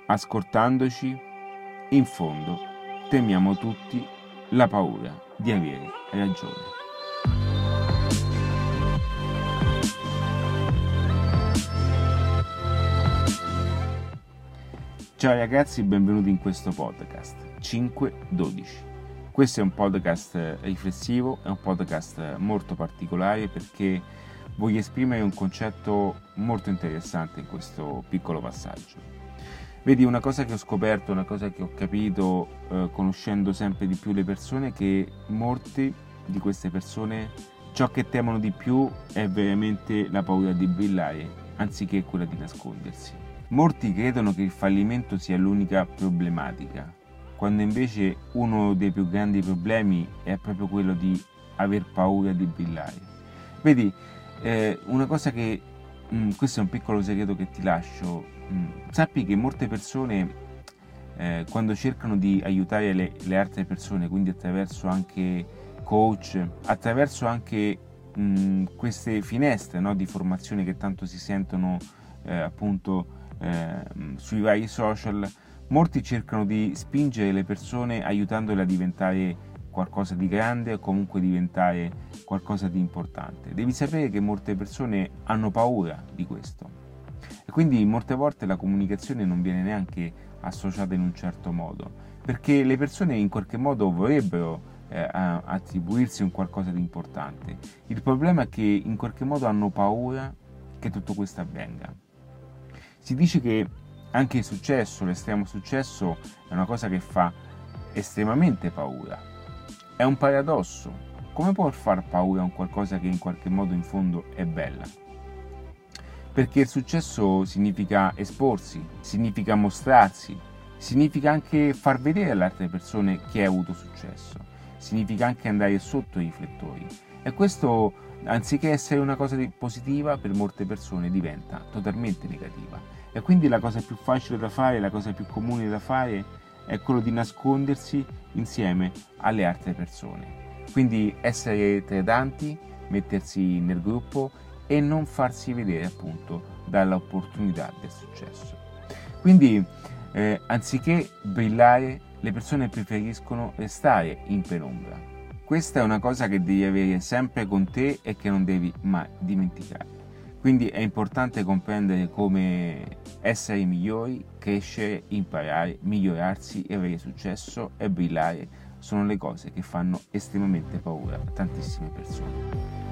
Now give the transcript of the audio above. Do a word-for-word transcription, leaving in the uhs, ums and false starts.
ascoltandoci, in fondo temiamo tutti la paura di avere ragione. Ciao ragazzi, benvenuti in questo podcast cinque dodici. Questo è un podcast riflessivo, è un podcast molto particolare perché voglio esprimere un concetto molto interessante in questo piccolo passaggio. Vedi, una cosa che ho scoperto, una cosa che ho capito eh, conoscendo sempre di più le persone, che molte di queste persone ciò che temono di più è veramente la paura di brillare, anziché quella di nascondersi. Molti credono che il fallimento sia l'unica problematica, quando invece uno dei più grandi problemi è proprio quello di aver paura di brillare. Vedi, eh, una cosa che, mh, questo è un piccolo segreto che ti lascio, mh, sappi che molte persone eh, quando cercano di aiutare le, le altre persone, quindi attraverso anche coach, attraverso anche mh, queste finestre, no, di formazione che tanto si sentono eh, appunto eh, sui vari social, molti cercano di spingere le persone aiutandole a diventare qualcosa di grande o comunque diventare qualcosa di importante. Devi sapere che molte persone hanno paura di questo e quindi molte volte la comunicazione non viene neanche associata in un certo modo, perché le persone in qualche modo vorrebbero eh, attribuirsi un qualcosa di importante. Il problema è che in qualche modo hanno paura che tutto questo avvenga. Si dice che anche il successo, l'estremo successo, è una cosa che fa estremamente paura. È un paradosso. Come può far paura un qualcosa che in qualche modo in fondo è bella? Perché il successo significa esporsi, significa mostrarsi, significa anche far vedere alle altre persone che hai avuto successo, significa anche andare sotto i riflettori. E questo, anziché essere una cosa positiva, per molte persone diventa totalmente negativa. E quindi la cosa più facile da fare, la cosa più comune da fare è quello di nascondersi insieme alle altre persone. Quindi essere tradanti, mettersi nel gruppo e non farsi vedere appunto dall'opportunità del successo. Quindi eh, anziché brillare, le persone preferiscono restare in penombra. Questa è una cosa che devi avere sempre con te e che non devi mai dimenticare. Quindi è importante comprendere come essere migliori, crescere, imparare, migliorarsi e avere successo e brillare sono le cose che fanno estremamente paura a tantissime persone.